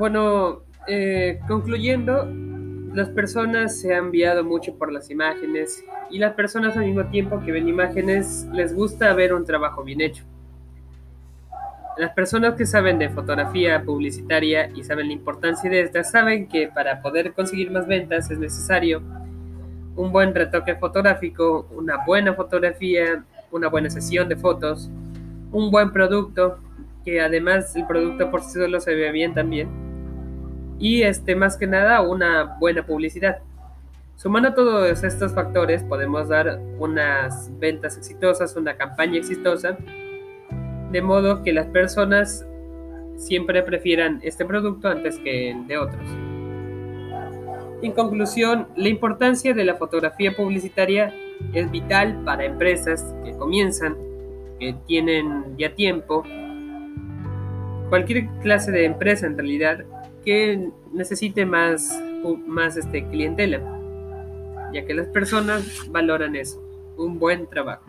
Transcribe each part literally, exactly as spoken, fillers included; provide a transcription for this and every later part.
Bueno, eh, concluyendo, las personas se han guiado mucho por las imágenes y las personas al mismo tiempo que ven imágenes les gusta ver un trabajo bien hecho. Las personas que saben de fotografía publicitaria y saben la importancia de esta saben que para poder conseguir más ventas es necesario un buen retoque fotográfico, una buena fotografía, una buena sesión de fotos, un buen producto, que además el producto por sí solo se ve bien también, y este más que nada una buena publicidad. Sumando todos estos factores podemos dar unas ventas exitosas, una campaña exitosa, de modo que las personas siempre prefieran este producto antes que el de otros. En conclusión, la importancia de la fotografía publicitaria es vital para empresas que comienzan, que tienen ya tiempo, cualquier clase de empresa en realidad que necesite más, más este, clientela, ya que las personas valoran eso, un buen trabajo.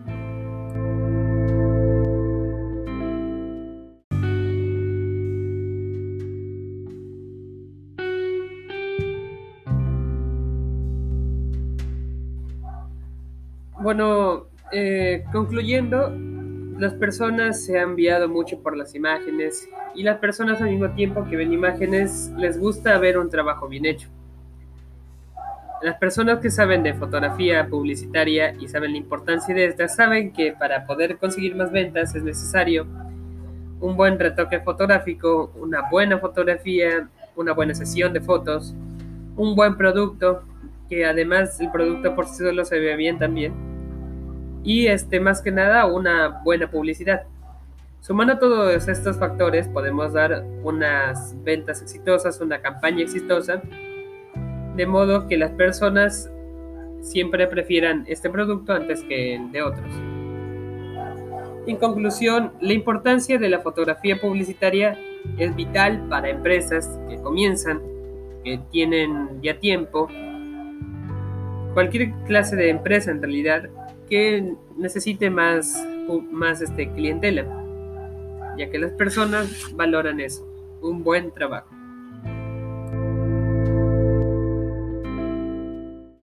Bueno, eh, concluyendo, las personas se han guiado mucho por las imágenes y las personas al mismo tiempo que ven imágenes les gusta ver un trabajo bien hecho. Las personas que saben de fotografía publicitaria y saben la importancia de esta saben que para poder conseguir más ventas es necesario un buen retoque fotográfico, una buena fotografía, una buena sesión de fotos, un buen producto, que además el producto por sí solo se ve bien también, y este más que nada una buena publicidad. Sumando todos estos factores podemos dar unas ventas exitosas, una campaña exitosa, de modo que las personas siempre prefieran este producto antes que el de otros. En conclusión, la importancia de la fotografía publicitaria es vital para empresas que comienzan, que tienen ya tiempo, cualquier clase de empresa en realidad que necesite más, más este, clientela, ya que las personas valoran eso, un buen trabajo.